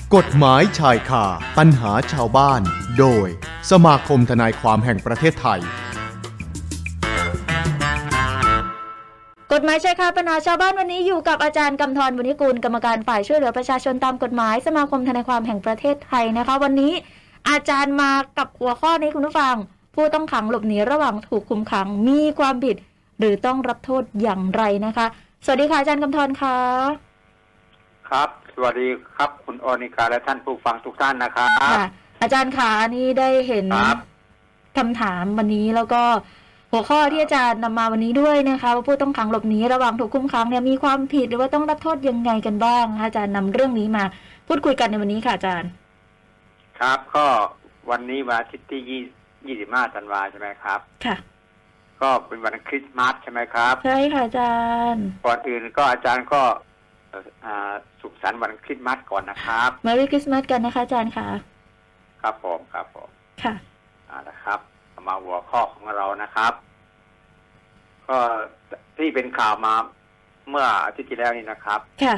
กฎหมายชายคาปัญหาชาวบ้านโดยสมาคมทนายความแห่งประเทศไทยกฎหมายชายคาปัญหาชาวบ้านวันนี้อยู่กับอาจารย์กำธร บุญนิกุลกรรมการฝ่ายช่วยเหลือประชาชนตามกฎหมายสมาคมทนายความแห่งประเทศไทยนะคะวันนี้อาจารย์มากับหัวข้อนี้คุณผู้ฟังผู้ต้องขังหลบหนีระหว่างถูกคุมขังมีความผิดหรือต้องรับโทษอย่างไรนะคะสวัสดีค่ะอาจารย์กำธรค่ะครับสวัสดีครับคุณอนิกาและท่านผู้ฟังทุกท่านนะครับค่ะอาจารย์ขานี่ได้เห็นคำถามวันนี้แล้วก็หัวข้อที่อาจารย์นำมาวันนี้ด้วยนะคะว่าผู้ต้องขังหลบหนีระหว่างถูกคุมขังเนี่ยมีความผิดหรือว่าต้องรับโทษยังไงกันบ้างอาจารย์นำเรื่องนี้มาพูดคุยกันในวันนี้ค่ะอาจารย์ครับก็วันนี้วันอาทิตย์ที่25 ธันวาคมใช่ไหมครับค่ะก็เป็นวันคริสต์มาสใช่ไหมครับใช่ค่ะอาจารย์ก่อนอื่นก็อาจารย์ก็สุขสันต์วันคริสต์มาสก่อนนะครับ Merry Christmas กันนะคะอาจารย์ค่ะครับผมค่ะนะครับมาหัวข้อของเรานะครับก็ที่เป็นข่าวมาเมื่ออาทิตย์ที่แล้วนี่นะครับค่ะ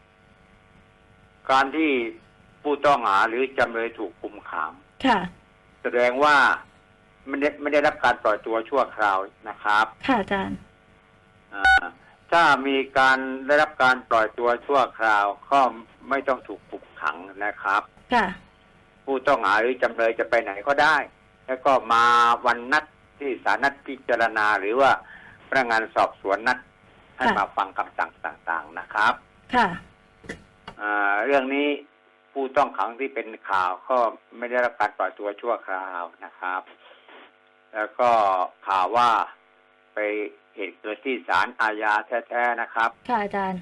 การที่ผู้ต้องหาหรือจำเลยถูกคุมขังค่ะแสดงว่าไม่ได้รับการปล่อยตัวชั่วคราวนะครับค่ะอาจารย์ถ้ามีการได้รับการปล่อยตัวชั่วคราวก็ไม่ต้องถูกคุมขังนะครับค่ะผู้ต้องหาหรือจำเลยจะไปไหนก็ได้แล้วก็มาวันนัดที่ศาลนัดพิจารณาหรือว่าพนักงานสอบสวนนัดให้มาฟังคำสั่งต่างๆนะครับค่ะเรื่องนี้ผู้ต้องขังที่เป็นข่าวก็ไม่ได้รับการปล่อยตัวชั่วคราวนะครับแล้วก็ข่าวว่าไปเหตุเกิดที่ศาลอาญาแท้ๆนะครับค่ะอาจารย์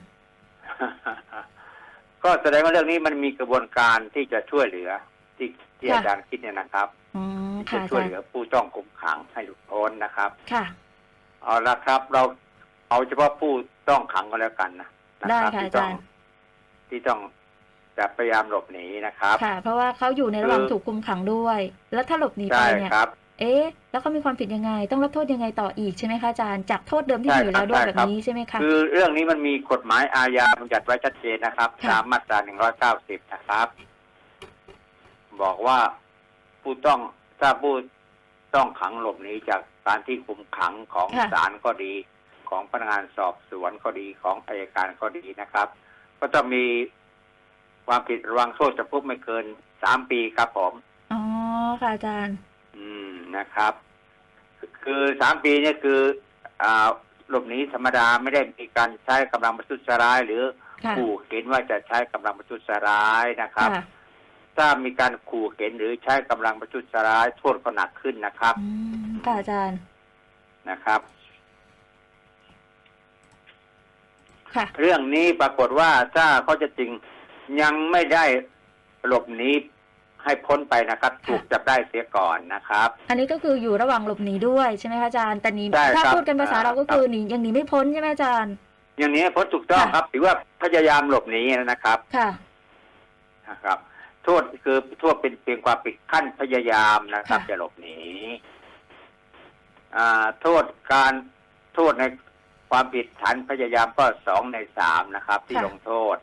ก็แสดงว่าเรื่องนี้มันมีกระบวนการที่จะช่วยเหลือที่อาจารย์คิดเนี่ยนะครับที่จะช่วยเหลือผู้ต้องคุมขังให้หลุดพ้นนะครับค่ะเอาละครับเราเอาเฉพาะผู้ต้องขังก็แล้วกันนะครับที่ต้องจะพยายามหลบหนีนะครับค่ะเพราะว่าเขาอยู่ในระหว่างถูกคุมขังด้วยแล้วถ้าหลบหนีไปเนี่ยแล้วเขามีความผิดยังไงต้องรับโทษยังไงต่ออีกใช่ไหมคะอาจารย์จากโทษเดิมที่มีอยู่แล้วด้วยแบบนี้ใช่ไหมคะคือเรื่องนี้มันมีกฎหมายอาญาบัญญัติไว้ชัดเจนนะครับตามมาตรา190นะครับบอกว่าผู้ต้องขังหลบหนีจากการที่คุมขังของศาลก็ดีของพนักงานสอบสวนก็ดีของอัยการก็ดีนะครับก็จะมีความผิดระวังโทษจำคุกไม่เกิน3 ปีครับผมอ๋อค่ะอาจารย์นะครับคือ3 ปีเนี่ยคือหลบหนีธรรมดาไม่ได้มีการใช้กำลังประทุษร้ายหรือขู่เข็นว่าจะใช้กำลังประทุษร้ายนะครับถ้ามีการขู่เข็นหรือใช้กำลังประทุษร้ายโทษก็หนักขึ้นนะครับค่ะอาจารย์นะครับเรื่องนี้ปรากฏว่าถ้าเขาจะจริงยังไม่ได้หลบหนีให้พ้นไปนะครับถูกจับได้เสียก่อนนะครับอันนี้ก็คืออยู่ระหว่างหลบหนีด้วยใช่ไหมคะอาจารย์แต่นี้ถ้าพูดกันภาษาเราก็คือหนียังหนีไม่พ้นใช่ไหมอาจารย์อย่างนี้พ้นถูกต้องครับถือว่าพยายามหลบหนีนะครับค่ะนะครับโทษคือโทษเป็นเพียงความผิดขั้นพยายามนะครับจะหลบหนีโทษในความผิดฐานพยายามก็2 ใน 3นะครับที่ลงโทษ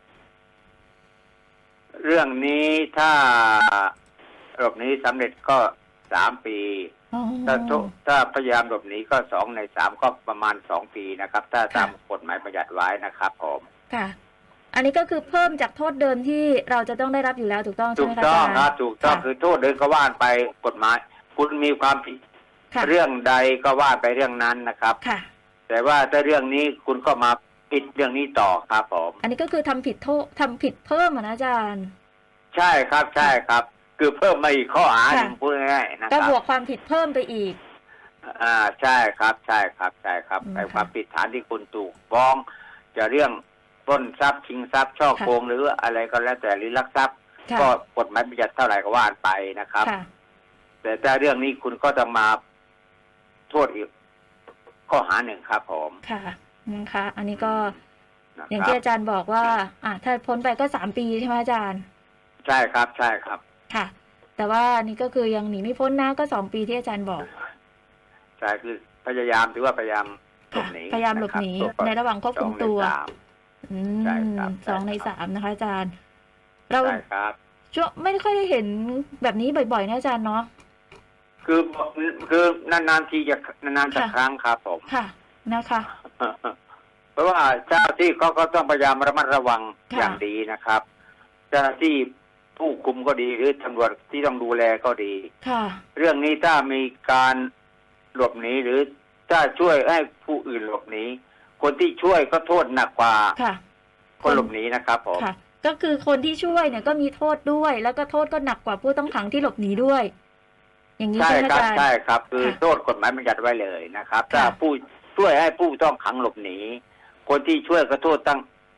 เรื่องนี้ถ้าหลบหนีสำเร็จก็3 ปีถ้าพยายามหลบหนีก็2 ใน 3ก็ประมาณ2 ปีนะครับถ้าตามกฎหมายบัญญัติไว้นะครับผมค่ะอันนี้ก็คือเพิ่มจากโทษเดิมที่เราจะต้องได้รับอยู่แล้วถูกต้องใช่ไหมคะถูกต้องครับถูกต้องคือโทษเดิมก็ว่าไปกฎหมายคุณมีความผิดเรื่องใดก็ว่าไปเรื่องนั้นนะครับแต่ว่าถ้าเรื่องนี้คุณก็มาผิดเรื่องนี้ต่อครับผมอันนี้ก็คือทำผิดเพิ่มนะอาจารย์ใช่ครับคือเพิ่มมาอีกข้อหาหนึ่งพูดง่ายๆนะครับก็บวกความผิดเพิ่มไปอีกใช่ครับไอ้ความผิดฐานที่คุณถูกฟ้องจะเรื่องปล้นทรัพย์ชิงทรัพย์ฉ้อโกงหรืออะไรก็แล้วแต่หรือลักทรัพย์ก็กฎหมายบัญญัติเท่าไหร่ก็ว่าไปนะครับแต่ถ้าเรื่องนี้คุณก็ต้องมาโทษอีกข้อหาหนึ่งครับผมนะคะอันนี้ก็อย่างที่อาจารย์บอกว่าถ้าพ้นไปก็3 ปีใช่ไหมอาจารย์ใช่ครับค่ะแต่ว่านี่ก็คือยังหนีไม่พ้นนะก็2 ปีที่อาจารย์บอกใช่คือพยายามถือว่าพยายามหลบหนีในระหว่างควบคุมตัวใช่ครับ 2 ใน 3นะคะอาจารย์เราใช่ครับช่วงไม่ค่อยได้เห็นแบบนี้บ่อยๆนะอาจารย์เนาะคือนานๆทีจะนานๆจะครั้งครับผมค่ะนะคะเพราะว่าเจ้าที่เขาก็ต้องพยายามระมัดระวังค่ะอย่างดีนะครับเจ้าที่ผู้คุมก็ดีหรือตำรวจที่ต้องดูแลก็ดีค่ะเรื่องนี้ถ้ามีการหลบหนีหรือถ้าช่วยให้ผู้อื่นหลบหนีคนที่ช่วยก็โทษหนักกว่าค่ะคนหลบหนีนะครับผมค่ะ ก็คือคนที่ช่วยเนี่ยก็มีโทษด้วย แล้วก็โทษก็หนักกว่าผู้ต้องขังที่หลบหนีด้วย อย่างนี้ใช่ใช่ไหมครับอาจารย์ใช่ครับ คือค่ะโทษกฎหมายบัญญัติไว้เลยนะครับค่ะถ้าผู้ช่วยให้ผู้ต้องขังหลบหนีคนที่ช่วยก็โทษตั้ง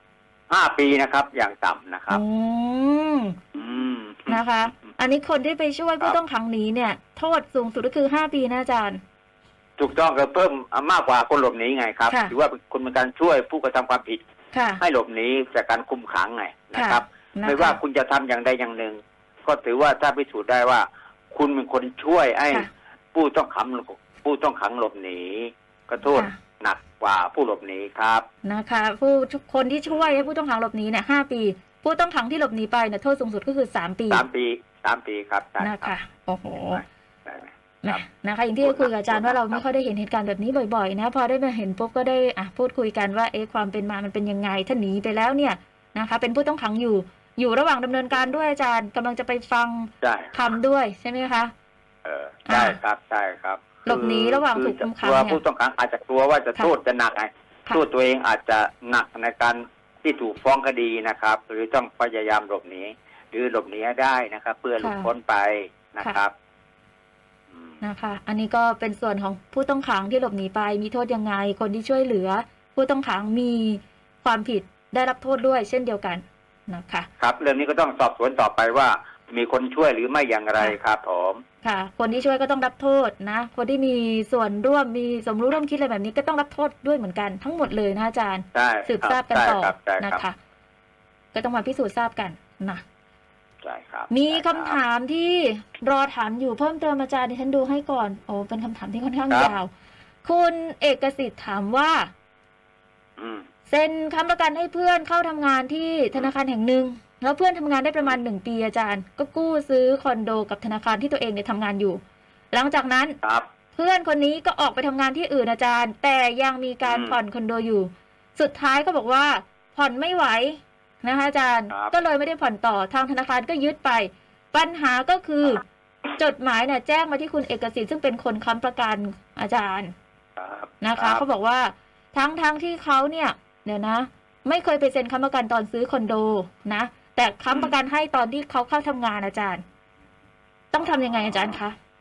5 ปีนะครับ อย่างต่ำนะครับ อืมนะคะ อันนี้คนที่ไปช่วยผู้ต้องขังหนีเนี่ย โทษสูงสุดก็คือ5 ปีนะอาจารย์ถูกต้องก็เพิ่มมากกว่าคนหลบหนีไงครับค่ะถือว่าคุณเป็นการช่วยผู้กระทำความผิดค่ะให้หลบหนีจากการคุมขังไงนะครับนะคะไม่ว่าคุณจะทำอย่างใดอย่างหนึ่ง ก็ถือว่าถ้าพิสูจน์ได้ว่า คุณเป็นคนช่วยให้ค่ะผู้ต้องขังหลบหนีก็โทษค่ะหนักกว่าผู้หลบหนีครับนะคะทุกคนที่ช่วยให้ผู้ต้องขังหลบหนีเนี่ย5 ปี ผู้ต้องขังที่หลบหนีไปเนี่ยโทษสูงสุดก็คือ3 ปี 3 ปีครับใช่นะครัคะบโอ้โหใช่ไหมนะนะคะอย่างที่คุยกับอาจารย์ว่าเราไม่ค่อยได้เห็นเหตุการณ์แบบนี้บ่อยๆนะพอได้มาเห็นปุ๊บก็ได้พูดคุยกันว่าความเป็นมามันเป็นยังไงถ้าหนีไปแล้วเนี่ยนะคะ เป็นผู้ต้องขังอยู่ระหว่างดำเนินการด้วยอาจารย์กำลังจะไปฟังใช่คำด้วยใช่ไหมคะใช่ครับใช่ครับหลบหนีระหว่างถูกคุมขังตัวเนี่ยผู้ต้องขังอาจจะกลัวว่าจะค่ะโทษจะหนักไงค่ะโทษตัวเองอาจจะหนักในการที่ถูกฟ้องคดีนะครับ หรือต้องพยายามหลบหนีหรือหลบหนีให้ได้นะครับ เพื่อหลุดพ้นไปนะครับนะคะ อันนี้ก็เป็นส่วนของผู้ต้องขังที่หลบหนีไปมีโทษยังไงคนที่ช่วยเหลือ ผู้ต้องขังมีความผิดได้รับโทษด้วยเช่นเดียวกันนะคะครับเรื่องนี้ก็ต้องสอบสวนต่อไปว่ามีคนช่วยหรือไม่อย่างไรครับผมค่ะ คนที่ช่วยก็ต้องรับโทษนะคนที่มีส่วนร่วมมีสมรู้ร่วมคิดอะไรแบบนี้ก็ต้องรับโทษด้วยเหมือนกันทั้งหมดเลยนะอาจารย์ใช่สืบทราบกันต่อใช่นะครัคะบก็ต้องมาพิสูจน์ทราบกันนะใช่ครับมีใช่คำรับถามที่รอถามอยู่เพิ่มเติมอาจารย์ดิฉันดูให้ก่อนโอ้เป็นคำถามที่ค่อนข้างครับยาว คุณเอกสิทธิ์ถามว่าอืมเซ็นค้ำประกันให้เพื่อนเข้าทำงานที่ธนาคารแห่งหนึ่งแล้วเพื่อนทำงานได้ประมาณ1 ปีอาจารย์ ก็กู้ซื้อคอนโดกับธนาคารที่ตัวเองเนี่ยทำงานอยู่ หลังจากนั้นครับเพื่อนคนนี้ก็ออกไปทำงานที่อื่นอาจารย์ แต่ยังมีการผ่อนคอนโดอยู่ สุดท้ายก็บอกว่าผ่อนไม่ไหวนะคะอาจารย์ครับก็เลยไม่ได้ผ่อนต่อทางธนาคารก็ยึดไป ปัญหาก็คือจดหมายเนี่ยแจ้งมาที่คุณเอกสิทธิ์ซึ่งเป็นคนค้ำประกันอาจารย์ครับนะคะรับเขาบอกว่าทั้งที่เขาเนี่ยเดี๋ยวนะ ไม่เคยไปเซ็นค้ำประกันตอนซื้อคอนโดนะแต่ค้ำประกันให้ตอนที่เขาเข้าทำงานอาจารย์ ต้องทำยังไงอาจารย์คะ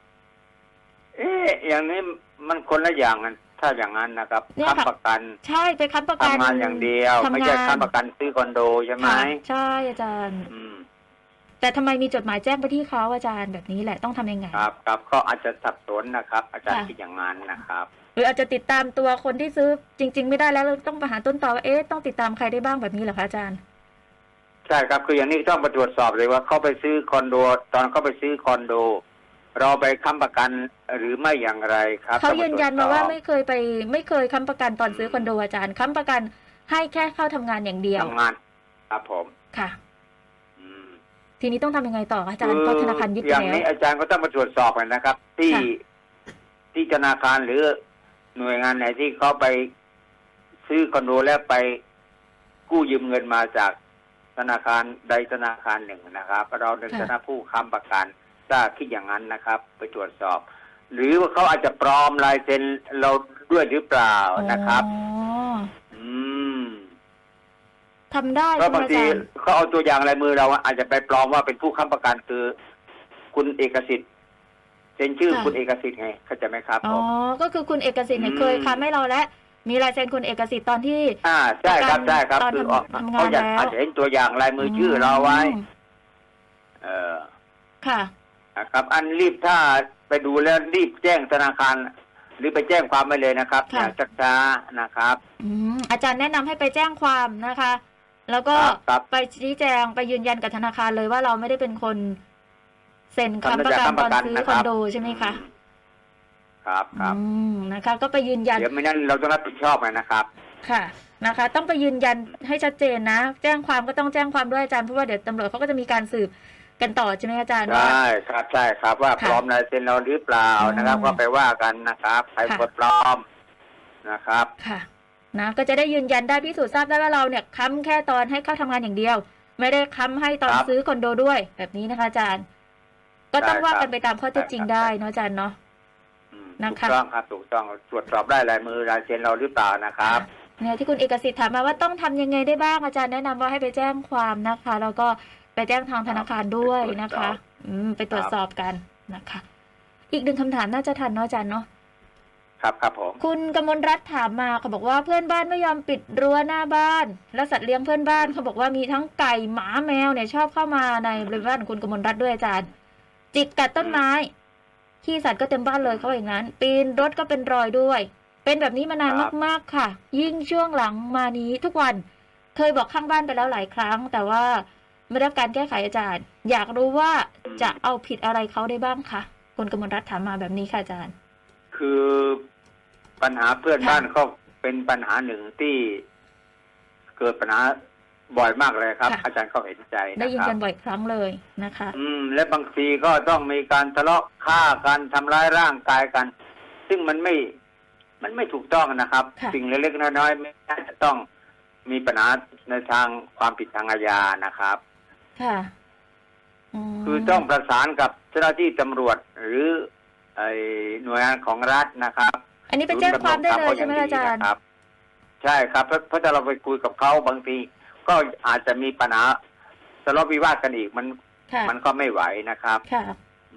อย่างนี้มันคนละอย่างกันถ้าอย่างนั้นนะครับเนี่ยค่ะค้ำประกันใช่ไปค้ำประกันทำงานอย่างเดียวทำงานไม่ใช่ค้ำประกันซื้อคอนโดใช่ไหมค่ะใช่อาจารย์อืมแต่ทำไมมีจดหมายแจ้งไปที่เขาอาจารย์แบบนี้แหละต้องทำยังไงครับก็อาจจะสับสนนะครับ อาจารย์ค่ะคิดอย่างนั้นนะครับหรืออาจจะติดตามตัวคนที่ซื้อจริง ๆ ไม่ได้แล้วต้องไปหาต้นตอว่าต้องติดตามใครได้บ้างแบบนี้เหรอคะอาจารย์ใช่ครับคืออย่างนี้ต้องมาตรวจสอบเลยว่าเขาไปซื้อคอนโดตอนเขาไปซื้อคอนโด เราไปค้ำประกันหรือไม่อย่างไรครับเขายืนยันมาว่าต้องไม่เคยค้ำประกันตอนซื้อคอนโดอาจารย์ค้ำประกันให้แค่เข้าทำงานอย่างเดียวทำงานครับผมค่ะอืมทีนี้ต้องทำยังไงต่ออาจารย์เพราะธนาคารยึดไปอย่างแล้วนี้อาจารย์ก็ต้องมาตรวจสอบกันนะครับ ที่ธนาคารหรือหน่วยงานไหนที่เขาไปซื้อคอนโดแล้วไปกู้ยืมเงินมาจากธนาคารใดธนาคารหนึ่งนะครับเราในฐานะผู้ค้ำประกันถ้าคิดอย่างนั้นนะครับ ไปตรวจสอบ หรือว่าเขาอาจจะปลอมลายเซ็นเราด้วยหรือเปล่านะครับอ๋ออืมทำได้เพราะใช่ไหมบางอาทีจารย์เขาเอาตัวอย่างลายมือเราอาจจะไปปลอมว่าเป็นผู้ค้ำประกันคือคุณเอกสิทธิ์เซ็นชื่อคุณเอกสิทธิ์ไงเข้าใจไหมครับอ๋ผอมก็คือคุณเอกสิทธิ์เนี่ยอืมเคยค้ำให้เราแล้วมีลายเซ็นคุณเอกสิทธิ์ตอนที่ใช่ครับใช่ครับตอนคือทำงานเขาอยากแล้วอาจจะเห็นตัวอย่างลายมือชื่อเราไว้ค่ะนะครับ อันรีบถ้าไปดูแล้วรีบแจ้งธนาคาร หรือไปแจ้งความไปเลยนะครับอค่ะย่าชักช้านะครับอาจารย์แนะนำให้ไปแจ้งความนะคะ แล้วก็ครับไปชี้แจงไปยืนยันกับธนาคารเลยว่าเราไม่ได้เป็นคนเซ็นค้ำประกันตอนซื้อคอนโดใช่ไหมคะครับนะคะ ก็ไปยืนยันเดี๋ยวไม่นั้นเราต้องรับผิดชอบนะครับค่ะนะคะ ต้องไปยืนยันให้ชัดเจนนะแจ้งความก็ต้องแจ้งความด้วยอาจารย์เพราะว่าเดี๋ยวตำรวจเขาก็จะมีการสืบกันต่อใช่ไหมอาจารย์ใช่ครับใช่ครับว่าปลอมลายเซ็นเราหรือเปล่านะครับก็ไปว่ากันนะครับใครกดปลอมนะครับค่ะนะก็จะได้ยืนยันได้พิสูจน์ทราบได้ว่าเราเนี่ยค้ำแค่ตอนให้เข้าทำงานอย่างเดียวไม่ได้ค้ำให้ตอนซื้อคอนโดด้วยแบบนี้นะคะอาจารย์ก็ต้องว่ากันไปตามข้อเท็จจริงได้เนาะอาจารย์เนาะนะคะถูกต้องครับถูกต้องตรวจสอบได้ลายมือลายเซ็นเราหรือเปล่านะครับเนี่ยที่คุณเอกสิทธิ์ถามมาว่าต้องทำยังไงได้บ้างอาจารย์แนะนำว่าให้ไปแจ้งความนะคะแล้วก็ไปแจ้งทางธนาคารด้วยนะคะไปตรวจสอบกันนะคะอีกหนึ่งคำถามน่าจะทันเนาะอาจารย์เนาะครับผมคุณกมลรัตน์ถามมาเขาบอกว่าเพื่อนบ้านไม่ยอมปิดรั้วหน้าบ้านแล้วสัตว์เลี้ยงเพื่อนบ้านเขาบอกว่ามีทั้งไก่หมาแมวเนี่ยชอบเข้ามาในบริเวณบ้านของคุณกมลรัตน์ด้วยอาจารย์จิกกัดต้นไม้ขี้สัตว์ก็เต็มบ้านเลยเขาอย่างนั้นปีนรถก็เป็นรอยด้วยเป็นแบบนี้มานานมากๆค่ะยิ่งช่วงหลังมานี้ทุกวันเคยบอกข้างบ้านไปแล้วหลายครั้งแต่ว่าไม่ได้รับการแก้ไขอาจารย์อยากรู้ว่าจะเอาผิดอะไรเขาได้บ้างคะคุณกมลรัตน์ถามมาแบบนี้ค่ะอาจารย์คือปัญหาเพื่อนบ้านเขาเป็นปัญหาหนึ่งที่เกิดปัญหาบ่อยมากเลยครับอาจารย์ก็เห็นใจได้ยินกันบ่อยครั้งเลยนะคะและบางทีก็ต้องมีการทะเลาะฆ่ากันทำร้ายร่างกายกันซึ่งมันไม่ถูกต้องนะครับสิ่งเล็กๆน้อยๆไม่น่าจะต้องมีปัญหาในทางความผิดทางอาญานะครับค่ะคือต้องประสานกับเจ้าหน้าที่ตำรวจหรือหน่วยงานของรัฐนะครับอันนี้ไปแจ้งความได้เลยใช่ไหมอาจารย์ครับใช่ครับเพราะถ้าเราไปคุยกับเขาบางทีก็อาจจะมีปัญหาทะเลาะวิวาทกันอีกมันก็ไม่ไหวนะครับค่ะ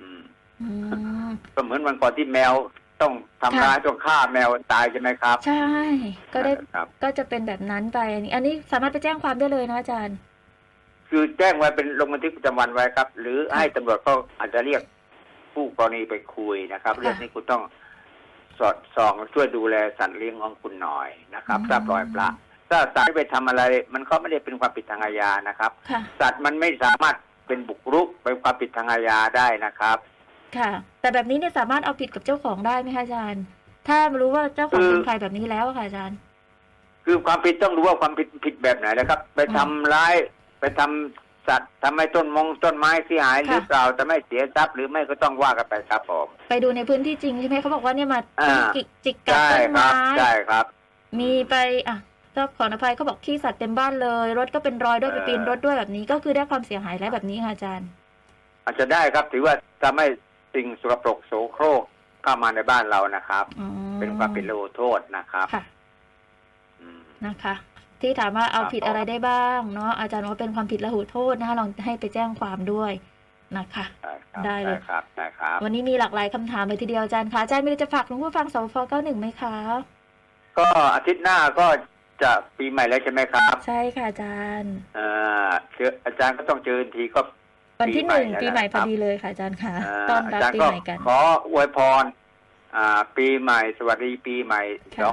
ก็เหมือนวันก่อนที่แมวต้องทำร้ายต้องฆ่าแมวตายใช่ไหมครับใช่ก็ได้ก็จะเป็นแบบนั้นไปอันนี้สามารถไปแจ้งความได้เลยนะอาจารย์คือแจ้งไว้เป็นลงบันทึกประจำวันไว้ครับหรือให้ตำรวจก็อาจจะเรียกผู้กรณีไปคุยนะครับเรื่องนี้คุณต้องสอดส่องช่วยดูแลสัตว์เลี้ยงของคุณหน่อยนะครับถ้าปล่อยปละถ้าสัตว์ไปทำอะไรมันก็ไม่ได้เป็นความผิดทางอาญานะครับสัตว์มันไม่สามารถเป็นบุกรุกเป็นความผิดทางอาญาได้นะครับค่ะแต่แบบนี้เนี่ยสามารถเอาผิดกับเจ้าของได้ไหมคะอาจารย์ถ้ารู้ว่าเจ้าของเป็นใครแบบนี้แล้วค่ะอาจารย์คือความผิดต้องรู้ว่าความผิดแบบไหนนะครับไปทำร้ายไปทำสัตว์ทำให้ต้นไม้เสียหายหรือเปล่าจะไม่เสียทรัพย์หรือไม่ก็ต้องว่ากันไปครับผมไปดูในพื้นที่จริงใช่ไหมเขาบอกว่าเนี่ยมาจิกกัดต้นไม้ใช่ครับมีไปขออภัยเขาบอกขี้สัตว์เต็มบ้านเลยรถก็เป็นรอยด้วยไปปีนรถด้วยแบบนี้ก็คือได้ความเสียหายแล้วแบบนี้ค่ะอาจารย์อาจจะได้ครับถือว่าจะไม่สิ่งสกปรกโสโครกเข้ามาในบ้านเรานะครับเป็นความผิดละโทษนะครับนะคะที่ถามว่าเอาผิดอะไรได้บ้างเนาะอาจารย์ว่าเป็นความผิดละหูโทษนะคะลองให้ไปแจ้งความด้วยนะคะได้เลยครับได้ครับวันนี้มีหลากหลายคำถามเลยทีเดียวอาจารย์คะอาจารย์มีอะไรจะฝากคุณผู้ฟังสฟ91ไหมคะก็อาทิตย์หน้าก็จะปีใหม่แล้วใช่ไหมครับใช่ค่ะอาจารย์อาจารย์ก็ต้องเจอทีก็วันที่1ปีใหม่พอดีเลยค่ะอาจารย์ค่ะต้อนรับปีใหม่กันขออวยพรปีใหม่สวัสดีปีใหม่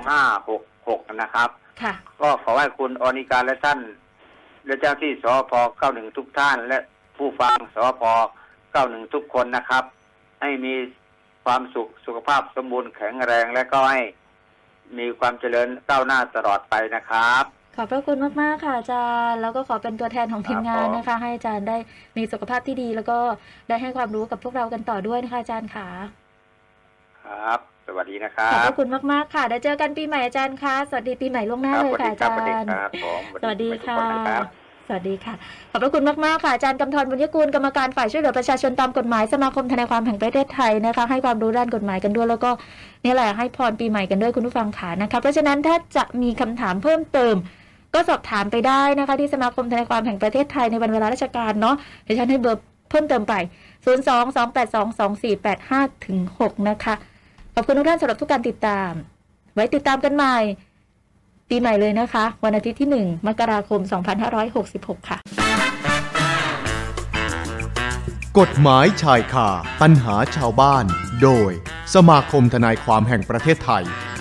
2566นะครับก็ขอให้คุณอนิการและท่านและเจ้าที่สพ91ทุกท่านและผู้ฟังสพ91ทุกคนนะครับให้มีความสุขภาพสมบูรณ์แข็งแรงและก็ให้มีความเจริญก้าวหน้าตลอดไปนะครับขอบพระคุณมากๆค่ะอาจารย์แล้วก็ขอเป็นตัวแทนของทีมงานนะคะให้อาจารย์ได้มีสุขภาพที่ดีแล้วก็ได้ให้ความรู้กับพวกเรากันต่อด้วยนะคะอาจารย์ค่ะครับสวัสดีนะครับขอบพระคุณมากๆค่ะได้เจอกันปีใหม่อาจารย์ค่ะสวัสดีปีใหม่ล่วงหน้าเลยค่ะอาจารย์สวัสดีค่ะสวัสดีค่ะขอบพระคุณมากๆค่ะอาจารย์กำธร บุญยกูลกรรมการฝ่ายช่วยเหลือประชาชนตามกฎหมายสมาคมทนายความแห่งประเทศไทยนะคะให้ความรู้ด้านกฎหมายกันด้วยแล้วก็นี่แหละให้พรปีใหม่กันด้วยคุณผู้ฟังค่ะนะคะเพราะฉะนั้นถ้าจะมีคำถามเพิ่มเติมก็สอบถามไปได้นะคะที่สมาคมทนายความแห่งประเทศไทยในวันเวลาราชการเนาะเดี๋ยวฉันให้เบอร์เพิ่มเติมไป022822485-6นะคะขอบคุณทุกท่านสำหรับทุกการติดตามไว้ติดตามกันใหม่ปีใหม่เลยนะคะวันอาทิตย์ที่1มกราคม2566ค่ะกฎหมายชายคาปัญหาชาวบ้านโดยสมาคมทนายความแห่งประเทศไทย